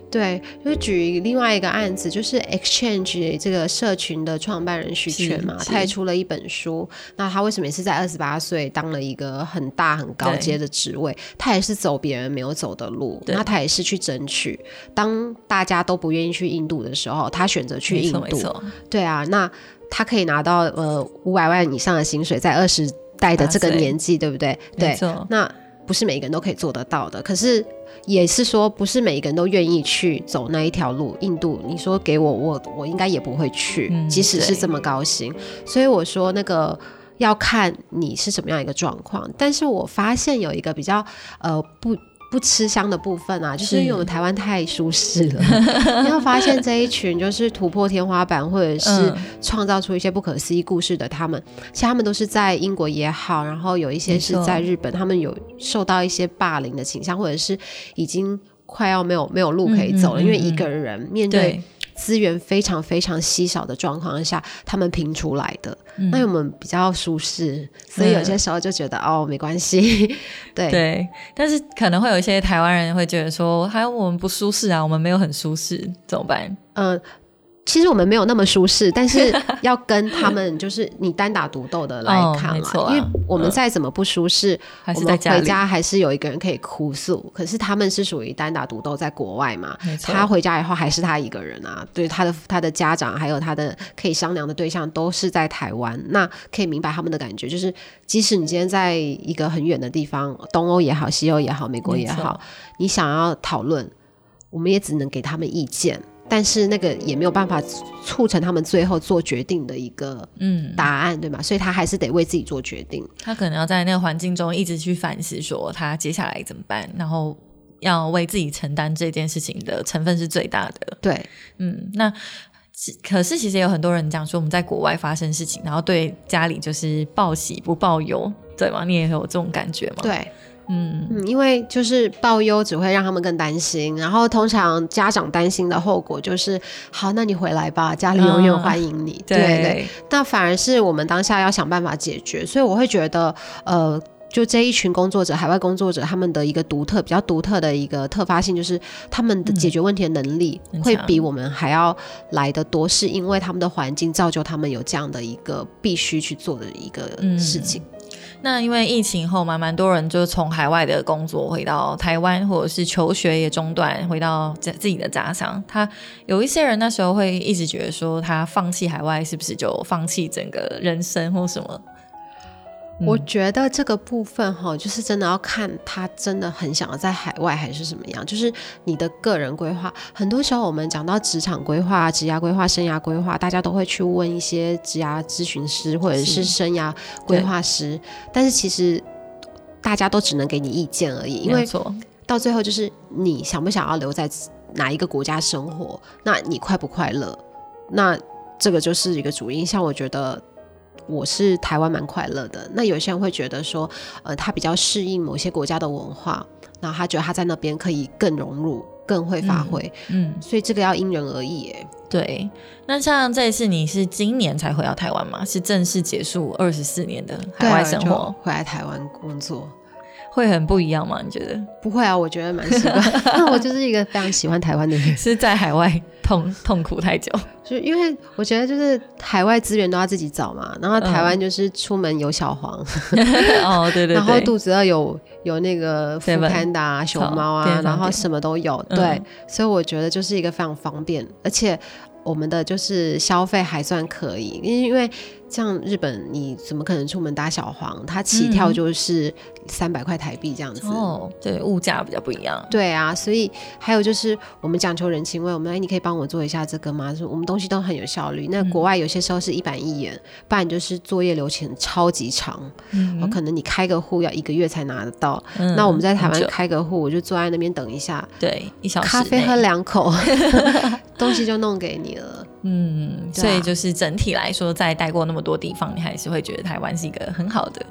对，就举另外一个案子，就是 Exchange 这个社群的创办人许权嘛，他也出了一本书。那他为什么也是在二十八岁当了一个很大很高阶的职位？他也是走别人没有走的路，那他也是去争取。当大家都不愿意去印度的时候，他选择去印度。 没错没错， 对啊，那他可以拿到呃五百万以上的薪水，在二十代的这个年纪，对不对？对，那不是每一个人都可以做得到的。可是也是说，不是每一个人都愿意去走那一条路。印度，你说给我，我我应该也不会去，嗯、即使是这么高薪。所以我说那个要看你是什么样一个状况。但是我发现有一个比较呃不。不吃香的部分啊，就是因为我们台湾太舒适了。你要发现这一群就是突破天花板，或者是创造出一些不可思议故事的他们，其实他们都是在英国也好，然后有一些是在日本，他们有受到一些霸凌的倾向，或者是已经快要没有没有路可以走了，嗯嗯嗯嗯，因为一个人面对资源非常非常稀少的状况下，他们拼出来的。嗯、那我们比较舒适，所以有些时候就觉得、嗯、哦没关系，对对。但是可能会有一些台湾人会觉得说，还有我们不舒适啊，我们没有很舒适，怎么办？ 嗯、呃。其实我们没有那么舒适，但是要跟他们就是你单打独斗的来看啦、哦啊、因为我们再怎么不舒适、嗯、我们回家还是有一个人可以哭诉，可是他们是属于单打独斗在国外嘛，他回家以后还是他一个人啊，对，他的他的家长还有他的可以商量的对象都是在台湾，那可以明白他们的感觉，就是即使你今天在一个很远的地方，东欧也好，西欧也好，美国也好，你想要讨论，我们也只能给他们意见，但是那个也没有办法促成他们最后做决定的一个答案、嗯、对吗？所以他还是得为自己做决定， 他可能要在那个环境中一直去反思说他接下来怎么办，然后要为自己承担这件事情的成分是最大的。 对， 嗯，那可是其实也有很多人讲说我们在国外发生事情，然后对家里就是报喜不报忧，对吗？你也有这种感觉吗？ 对，嗯嗯，因为就是报忧只会让他们更担心，然后通常家长担心的后果就是好，那你回来吧，家里永远欢迎你、嗯、对 对, 对，那反而是我们当下要想办法解决。所以我会觉得呃就这一群工作者，海外工作者，他们的一个独特比较独特的一个特发性，就是他们的解决问题的能力会比我们还要来得多，是因为他们的环境造就他们有这样的一个必须去做的一个事情、嗯。 那因为疫情后嘛，蛮多人就从海外的工作回到台湾，或者是求学也中断，回到自己的家乡。他有一些人那时候会一直觉得说，他放弃海外是不是就放弃整个人生或什么？ 我觉得这个部分就是真的要看他真的很想要在海外还是什么样，就是你的个人规划。很多时候我们讲到职场规划、职涯规划、生涯规划，大家都会去问一些职涯咨询师或者是生涯规划师，但是其实大家都只能给你意见而已，因为到最后就是你想不想要留在哪一个国家生活，那你快不快乐，那这个就是一个主因。像我觉得我是台湾蛮快乐的，那有些人会觉得说呃，他比较适应某些国家的文化，然后他觉得他在那边可以更融入更会发挥， 嗯, 嗯所以这个要因人而异耶。 对，那像这一次你是今年才回到台湾吗？是正式结束二十四年的海外生活， 回来台湾工作会很不一样吗？你觉得？ 不会啊，我觉得蛮习惯我就是一个非常喜欢台湾的人是在海外痛痛苦太久， 就因为我觉得就是海外资源都要自己找嘛，然后台湾就是出门有小黄、 嗯、哦对对对， 然后肚子饿有有那个富潘达熊猫啊，然后什么都有，对、嗯、所以我觉得就是一个非常方便，而且我们的就是消费还算可以，因为像日本你怎么可能出门搭小黄，它起跳就是三百块台币这样子、嗯、 哦，对，物价比较不一样。 对啊，所以还有就是我们讲求人情味，我们、哎、你可以帮我做一下这个吗？我们东西都很有效率，那国外有些时候是一板一眼、嗯、不然就是作业流程超级长、嗯、可能你开个户要一个月才拿得到、嗯、那我们在台湾开个户我就坐在那边等一下， 对，一小时咖啡喝两口东西就弄给你了。 嗯、啊，所以就是整体来说在待过那么多地方，你还是会觉得台湾是一个很好的。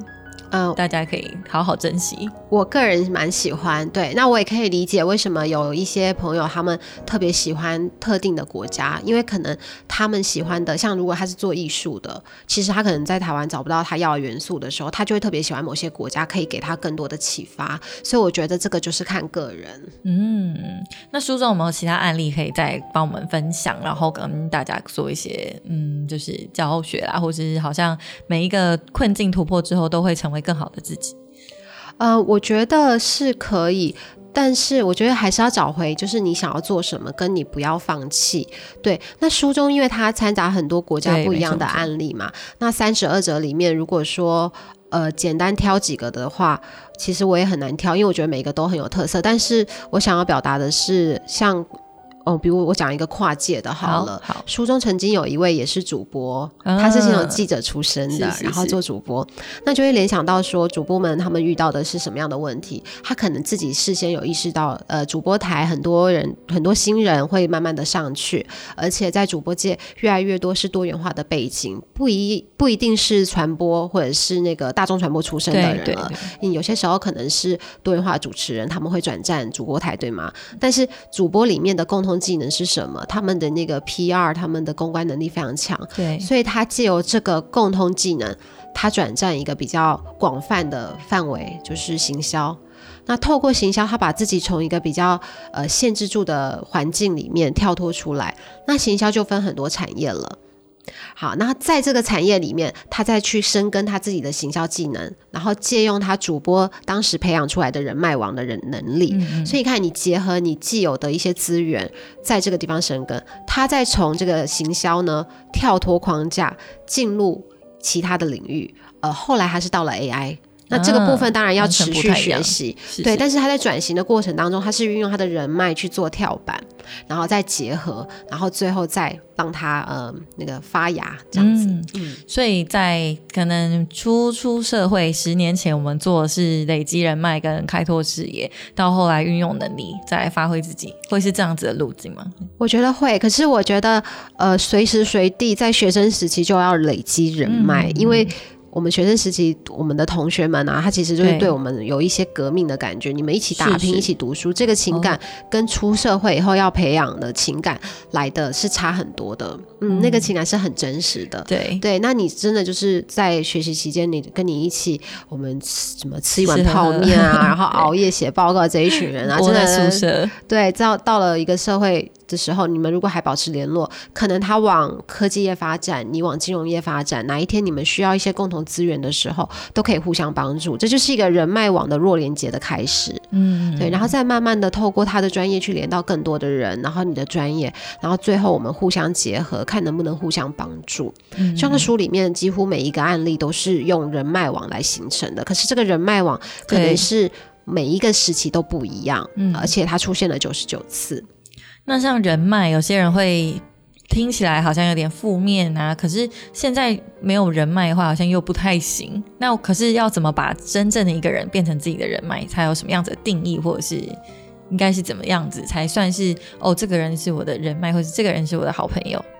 呃，大家可以好好珍惜。 我个人蛮喜欢，对，那我也可以理解为什么有一些朋友他们特别喜欢特定的国家，因为可能他们喜欢的，像如果他是做艺术的，其实他可能在台湾找不到他要的元素的时候，他就会特别喜欢某些国家，可以给他更多的启发。所以我觉得这个就是看个人。 嗯，那书中有没有其他案例可以再帮我们分享，然后跟大家做一些嗯，就是教学啦，或是好像每一个困境突破之后都会成为更好的自己？ 呃，我觉得是可以，但是我觉得还是要找回就是你想要做什么，跟你不要放弃。对，那书中因为它掺杂很多国家不一样的案例嘛，那三十二则里面如果说呃简单挑几个的话，其实我也很难挑，因为我觉得每个都很有特色。但是我想要表达的是像哦，比如我讲一个跨界的好了。 好好， 书中曾经有一位也是主播，嗯、他是那种记者出身的， 是是是， 然后做主播，那就会联想到说，主播们他们遇到的是什么样的问题？他可能自己事先有意识到，呃，主播台很多人很多新人会慢慢的上去，而且在主播界越来越多是多元化的背景，不一不一定是传播或者是那个大众传播出身的人了。对对对，你有些时候可能是多元化的主持人，他们会转战主播台，对吗？但是主播里面的共同技能是什么？他们的那个 P R， 他们的公关能力非常强， 对， 所以他借由这个共同技能，他转战一个比较广泛的范围，就是行销。那透过行销，他把自己从一个比较呃限制住的环境里面跳脱出来。那行销就分很多产业了。好，那在这个产业里面，他再去深耕他自己的行销技能，然后借用他主播当时培养出来的人脉网的人能力。嗯嗯，所以你看，你结合你既有的一些资源，在这个地方深耕，他再从这个行销呢跳脱框架，进入其他的领域。呃，后来还是到了 A I。那这个部分当然要持续学习，啊、对，但是他在转型的过程当中，他是运用他的人脉去做跳板，然后再结合，然后最后再让他呃那个发芽这样子。嗯嗯、所以在可能初出社会十年前，我们做的是累积人脉跟开拓视野，到后来运用能力再来发挥自己，会是这样子的路径吗？ 我觉得会，可是我觉得呃随时随地在学生时期就要累积人脉，嗯、因为我们学生时期我们的同学们啊，他其实就是对我们有一些革命的感觉，你们一起打拼一起读书，这个情感跟出社会以后要培养的情感来的是差很多的。嗯，那个情感是很真实的。 对对，那你真的就是在学习期间，你跟你一起我们什么吃一碗泡面啊，然后熬夜写报告这一群人啊，真的宿舍。 对，到到了一个社会的时候，你们如果还保持联络，可能他往科技业发展，你往金融业发展，哪一天你们需要一些共同资源的时候，都可以互相帮助，这就是一个人脉网的弱连结的开始。嗯，对，然后再慢慢的透过他的专业去连到更多的人，然后你的专业，然后最后我们互相结合，看能不能互相帮助。嗯，这个书里面几乎每一个案例都是用人脉网来形成的，可是这个人脉网可能是每一个时期都不一样，而且它出现了九十九次。 那像人脉，有些人会听起来好像有点负面啊，可是现在没有人脉的话好像又不太行。那可是要怎么把真正的一个人变成自己的人脉，才有什么样子的定义，或者是应该是怎么样子才算是哦，这个人是我的人脉，或者这个人是我的好朋友。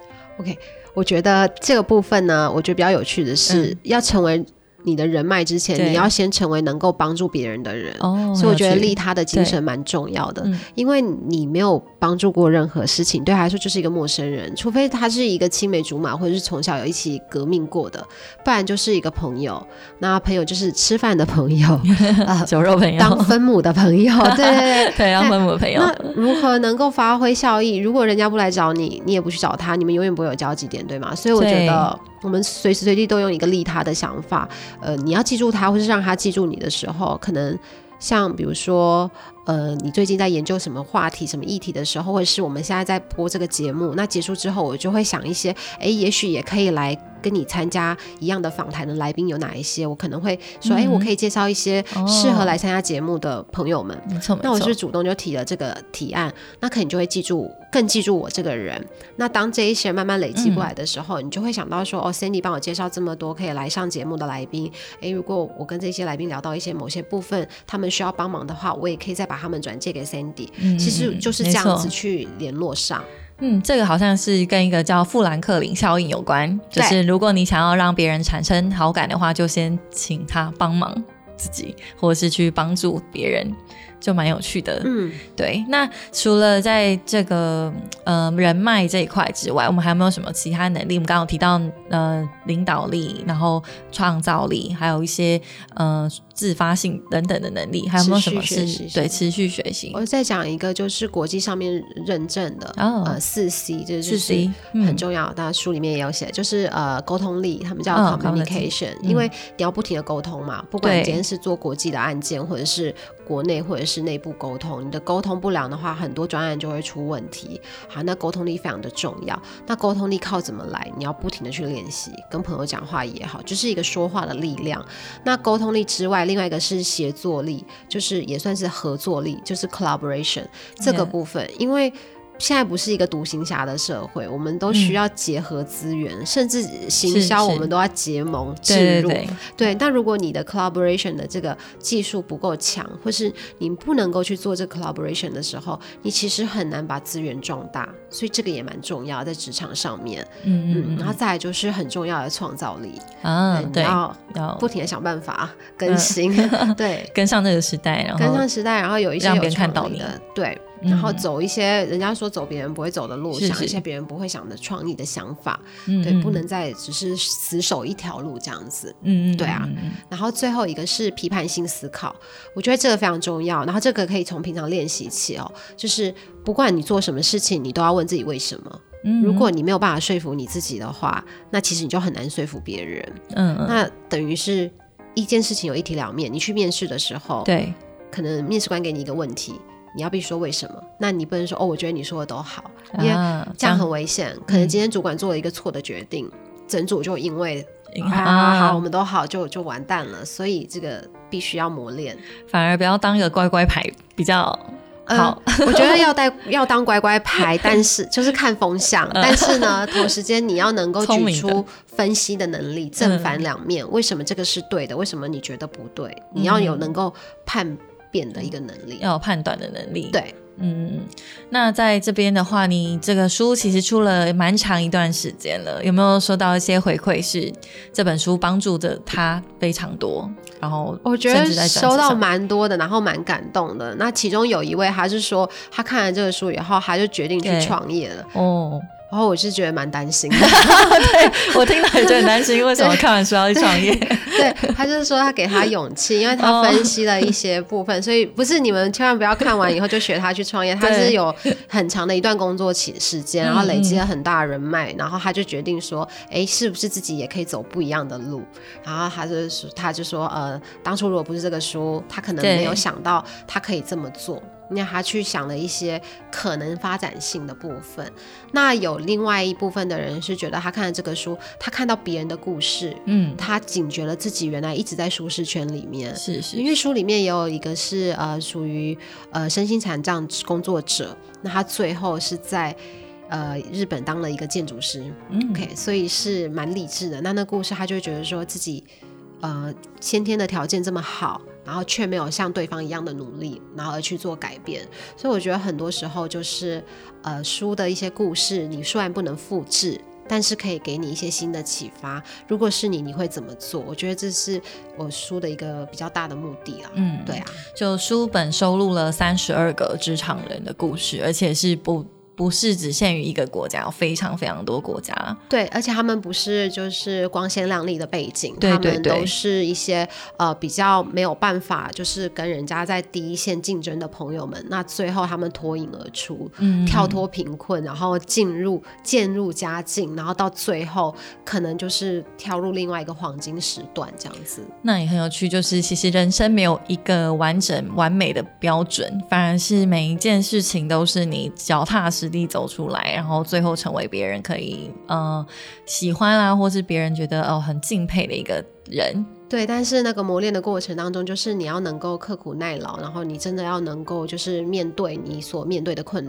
OK， 我觉得这个部分呢，我觉得比较有趣的是、嗯、要成为你的人脉之前，你要先成为能够帮助别人的人、哦、所以我觉得利他的精神蛮重要的、嗯、因为你没有帮助过任何事情，对他来说就是一个陌生人，除非他是一个青梅竹马，或者是从小有一起革命过的，不然就是一个朋友。那朋友就是吃饭的朋友呃、酒肉朋友， 当分母的朋友对对对对，当分母的朋友。 那如何能够发挥效益？如果人家不来找你，你也不去找他，你们永远不会有交集点，对吗？所以我觉得我们随时随地都用一个利他的想法，呃，你要记住他，或是让他记住你的时候，可能像比如说呃，你最近在研究什么话题什么议题的时候，或者是我们现在在播这个节目，那结束之后我就会想一些，哎，也许也可以来跟你参加一样的访谈的来宾有哪一些，我可能会说，哎、嗯，我可以介绍一些适合来参加节目的朋友们。 没错， 那我是主动就提了这个提案，那可能你就会记住，更记住我这个人。那当这一些人慢慢累积过来的时候，嗯、你就会想到说，哦 ，Sandy 帮我介绍这么多可以来上节目的来宾，哎，如果我跟这些来宾聊到一些某些部分，他们需要帮忙的话，我也可以再把他们转介给 Sandy、嗯。其实就是这样子去联络上。 嗯，这个好像是跟一个叫富兰克林效应有关，就是如果你想要让别人产生好感的话，就先请他帮忙自己，或者是去帮助别人，就蛮有趣的。嗯，对。那除了在这个呃人脉这一块之外，我们还有没有什么其他能力？我们刚刚有提到呃领导力，然后创造力，还有一些呃自发性等等的能力，还有没有什么是对持续学习？ 我再讲一个，就是国际上面认证的、哦、呃四 C， 这就是很重要。那、嗯、书里面也有写，就是呃沟通力，他们叫 communication，、哦嗯、因为你要不停的沟通嘛，不管你今天是做国际的案件，或者是国内或者是内部沟通，你的沟通不良的话，很多专案就会出问题。好，那沟通力非常的重要。那沟通力靠怎么来？你要不停的去练习，跟朋友讲话也好，就是一个说话的力量。那沟通力之外，另外一个是协作力，就是也算是合作力，就是 collaboration 这个部分， yeah. 因为现在不是一个独行侠的社会，我们都需要结合资源、嗯、甚至行销我们都要结盟置入。对, 对, 对, 对，但如果你的 collaboration 的这个技术不够强，或是你不能够去做这个 collaboration 的时候，你其实很难把资源壮大，所以这个也蛮重要在职场上面。嗯嗯, 嗯，然后再来就是很重要的创造力啊，对，你要不停的想办法更新、嗯、对， 跟上这个时代，然后跟上时代，然后有一些有让别人看到你的，对，然后走一些人家说走别人不会走的路，想一些别人不会想的创意的想法，嗯、对，不能再只是死守一条路这样子。嗯对啊、嗯。然后最后一个是批判性思考，我觉得这个非常重要。然后这个可以从平常练习起哦，就是不管你做什么事情，你都要问自己为什么。嗯、如果你没有办法说服你自己的话，那其实你就很难说服别人。嗯嗯。那等于是一件事情有一体两面。你去面试的时候，对，可能面试官给你一个问题。你要必须说为什么，那你不能说哦，我觉得你说的都好，因为这样很危险、啊、可能今天主管做了一个错的决定、嗯、整组就因为、啊啊、好我们都好就就完蛋了，所以这个必须要磨练， 反而不要当一个乖乖牌比较好、 嗯、我觉得要带要当乖乖牌但是就是看风向、嗯、但是呢同时间你要能够举出分析的能力，正反两面、嗯、为什么这个是对的，为什么你觉得不对、嗯、你要有能够判变的一个能力， 要有判断的能力。 对， 嗯，那在这边的话，你这个书其实出了蛮长一段时间了，有没有收到一些回馈是这本书帮助着他非常多？然后我觉得收到蛮多的，然后蛮感动的。那其中有一位他是说他看了这个书以后他就决定去创业了哦。然后我是觉得蛮担心的对，我听到也觉得很担心为什么看完书要去创业。 对, 对，他就是说他给他勇气，因为他分析了一些部分、哦、所以不是你们千万不要看完以后就学他去创业，他是有很长的一段工作期时间，然后累积了很大的人脉、嗯、然后他就决定说哎，是不是自己也可以走不一样的路，然后他就说他就说呃，当初如果不是这个书他可能没有想到他可以这么做，因为他去想了一些可能发展性的部分。那有另外一部分的人是觉得他看了这个书，他看到别人的故事，嗯，他警觉了自己原来一直在舒适圈里面。是是，因为书里面也有一个是呃属于呃身心残障工作者，那他最后是在呃日本当了一个建筑师、嗯、OK， 所以是蛮励志的。那那故事他就会觉得说自己呃先天的条件这么好，然后却没有像对方一样的努力，然后而去做改变。所以我觉得很多时候就是呃书的一些故事你虽然不能复制，但是可以给你一些新的启发，如果是你你会怎么做，我觉得这是我书的一个比较大的目的啦。嗯，对啊， 就书本收录了三十二个职场人的故事，而且是不不是只限于一个国家，有非常非常多国家。 对，而且他们不是就是光鲜亮丽的背景，对对对，他们都是一些呃比较没有办法就是跟人家在第一线竞争的朋友们，那最后他们脱颖而出、嗯、跳脱贫困，然后进入渐入佳境，然后到最后可能就是跳入另外一个黄金时段这样子。 那也很有趣，就是其实人生没有一个完整完美的标准，反而是每一件事情都是你脚踏实地走出来，然后最后成为别人可以呃喜欢啊，或是别人觉得哦很敬佩的一个人。 对，但是那个磨练的过程当中，就是你要能够刻苦耐劳，然后你真的要能够就是面对你所面对的困难，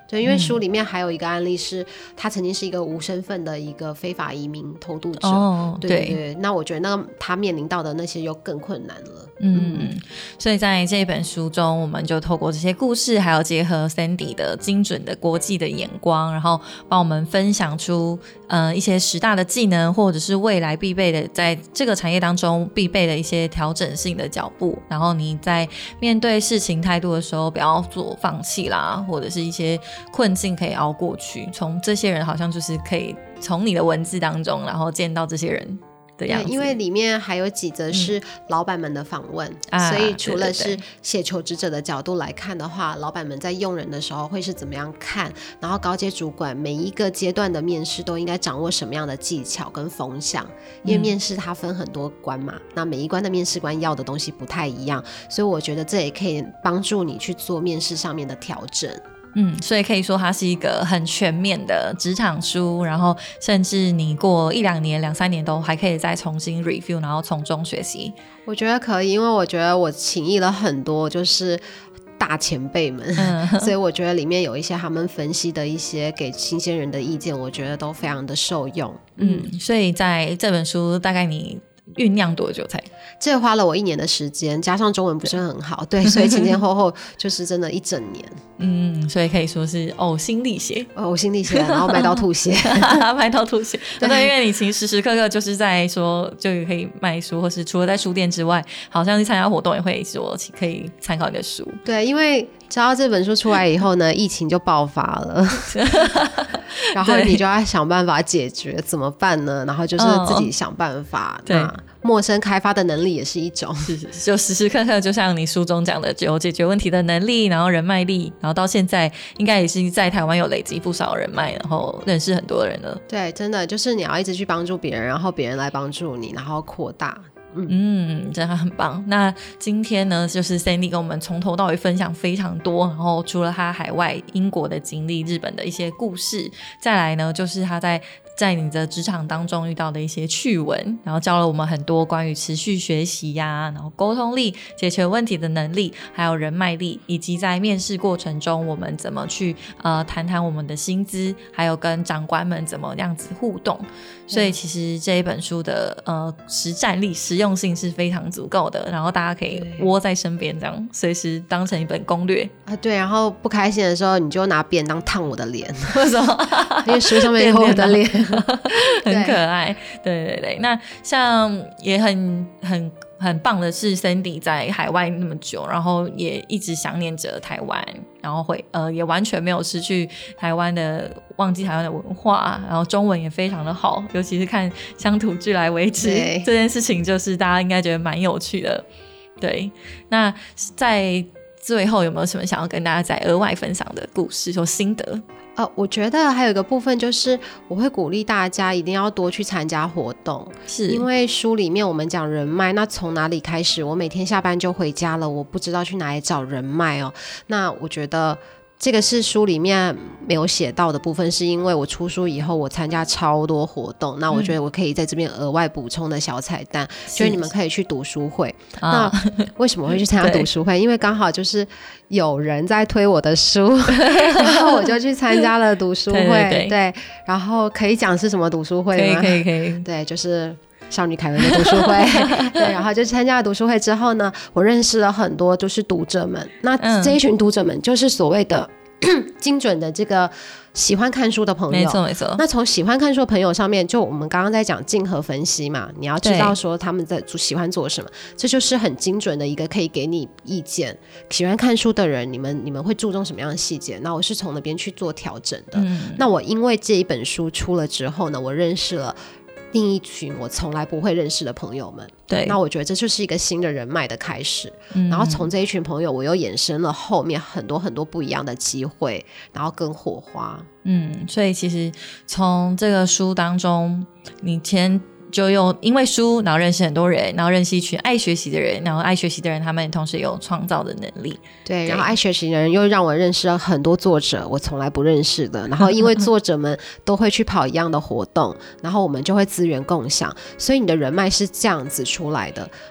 对，因为书里面还有一个案例是，他曾经是一个无身份的一个非法移民偷渡者。 哦， 对对对，那我觉得那个他面临到的那些又更困难了。 嗯，嗯，所以在这本书中，我们就透过这些故事，还有结合 Sandy 的精准的国际的眼光，然后帮我们分享出呃一些十大的技能，或者是未来必备的，在这个产业当中必备的一些调整性的脚步。然后你在面对事情态度的时候，不要做放弃啦，或者是一些困境可以熬过去。从这些人好像就是可以从你的文字当中，然后见到这些人。对， 因为里面还有几则是老板们的访问、嗯、所以除了是写求职者的角度来看的话、啊、老板们在用人的时候会是怎么样看，然后高阶主管每一个阶段的面试都应该掌握什么样的技巧跟风向，因为面试它分很多关嘛、嗯、那每一关的面试官要的东西不太一样，所以我觉得这也可以帮助你去做面试上面的调整。 嗯，所以可以说它是一个很全面的职场书，然后甚至你过一两年两三年都还可以再重新 review， 然后从中学习。 我觉得可以，因为我觉得我请益了很多就是大前辈们、嗯、所以我觉得里面有一些他们分析的一些给新鲜人的意见，我觉得都非常的受用。 嗯, 嗯所以在这本书大概你酝酿多久才？ 这花了我一年的时间，加上中文不是很好， 对, 对，所以前前后后就是真的一整年。 嗯，所以可以说是呕心沥血， 呕心沥血，然后卖到吐血， 卖到吐血。对，因为你其实时时刻刻就是在说，就可以卖书，或是除了在书店之外，好像是参加活动也会说可以参考你的书。 对，因为知道这本书出来以后呢，疫情就爆发了，然后你就要想办法解决，怎么办呢？然后就是自己想办法。哦、对。陌生开发的能力也是一种， 是是就时时刻刻就像你书中讲的，有解决问题的能力，然后人脉力，然后到现在应该也是在台湾有累积不少人脉，然后认识很多人了。 对，真的就是你要一直去帮助别人，然后别人来帮助你，然后扩大。 嗯, 嗯真的很棒。那今天呢，就是 Sandy 跟我们从头到尾分享非常多，然后除了他海外英国的经历，日本的一些故事，再来呢就是他在在你的职场当中遇到的一些趣闻，然后教了我们很多关于持续学习呀、啊，然后沟通力、解决问题的能力，还有人脉力，以及在面试过程中我们怎么去呃谈谈我们的薪资，还有跟长官们怎么样子互动。所以其实这一本书的呃实战力、实用性是非常足够的，然后大家可以窝在身边，这样随时当成一本攻略啊。对，然后不开心的时候，你就拿便当烫我的脸， 为什么？ 因为书上面有我的脸， 很可爱。对对对，那像也很很。很棒的是 Sandy 在海外那么久，然后也一直想念着台湾，然后会呃也完全没有失去台湾的忘记台湾的文化，然后中文也非常的好，尤其是看乡土剧来维持这件事情，就是大家应该觉得蛮有趣的。对，那在最后有没有什么想要跟大家再额外分享的故事或心得？ 呃，我觉得还有一个部分就是我会鼓励大家一定要多去参加活动， 是因为书里面我们讲人脉，那从哪里开始？我每天下班就回家了，我不知道去哪里找人脉哦。那我觉得这个是书里面没有写到的部分，是因为我出书以后我参加超多活动，那我觉得我可以在这边额外补充的小彩蛋、嗯、就是你们可以去读书会、啊、那为什么会去参加读书会？因为刚好就是有人在推我的书然后我就去参加了读书会。对, 对, 对, 对，然后可以讲是什么读书会吗？ 可以可以可以， 对，就是少女凯文的读书会对，然后就参加了读书会之后呢，我认识了很多就是读者们，那这一群读者们就是所谓的、嗯、精准的这个喜欢看书的朋友。 没错没错。 那从喜欢看书的朋友上面，就我们刚刚在讲竞合分析嘛，你要知道说他们在喜欢做什么，这就是很精准的一个可以给你意见。喜欢看书的人，你们你们会注重什么样的细节？那我是从那边去做调整的、嗯、那我因为这一本书出了之后呢，我认识了另一群我从来不会认识的朋友们。 对， 那我觉得这就是一个新的人脉的开始、嗯、然后从这一群朋友我又衍生了后面很多很多不一样的机会，然后跟火花。 嗯，所以其实从这个书当中，你先就用因为书然后认识很多人，然后认识一群爱学习的人，然后爱学习的人他们同时有创造的能力。 对, 对，然后爱学习的人又让我认识了很多作者我从来不认识的，然后因为作者们都会去跑一样的活动然后我们就会资源共享，所以你的人脉是这样子出来的。那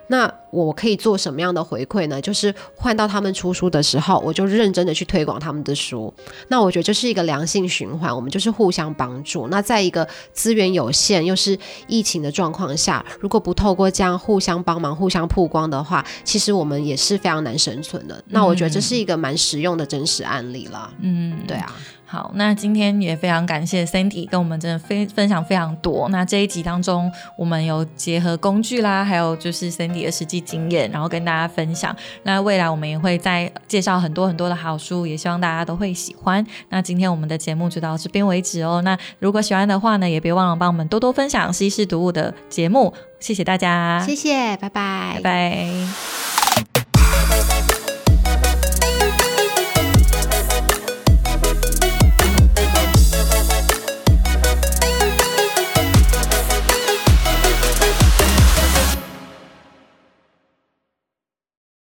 我可以做什么样的回馈呢？就是换到他们出书的时候，我就认真的去推广他们的书。那我觉得这是一个良性循环，我们就是互相帮助。那在一个资源有限又是疫情的状况下，如果不透过这样互相帮忙互相曝光的话，其实我们也是非常难生存的。那我觉得这是一个蛮实用的真实案例啦。嗯，对啊。 好，那今天也非常感谢 Sandy 跟我们真的非分享非常多。那这一集当中我们有结合工具啦，还有就是 Sandy 的实际经验，然后跟大家分享。那未来我们也会再介绍很多很多的好书，也希望大家都会喜欢。那今天我们的节目就到这边为止哦。那如果喜欢的话呢，也别忘了帮我们多多分享西式读物的节目。谢谢大家， 谢谢，拜拜， 拜拜。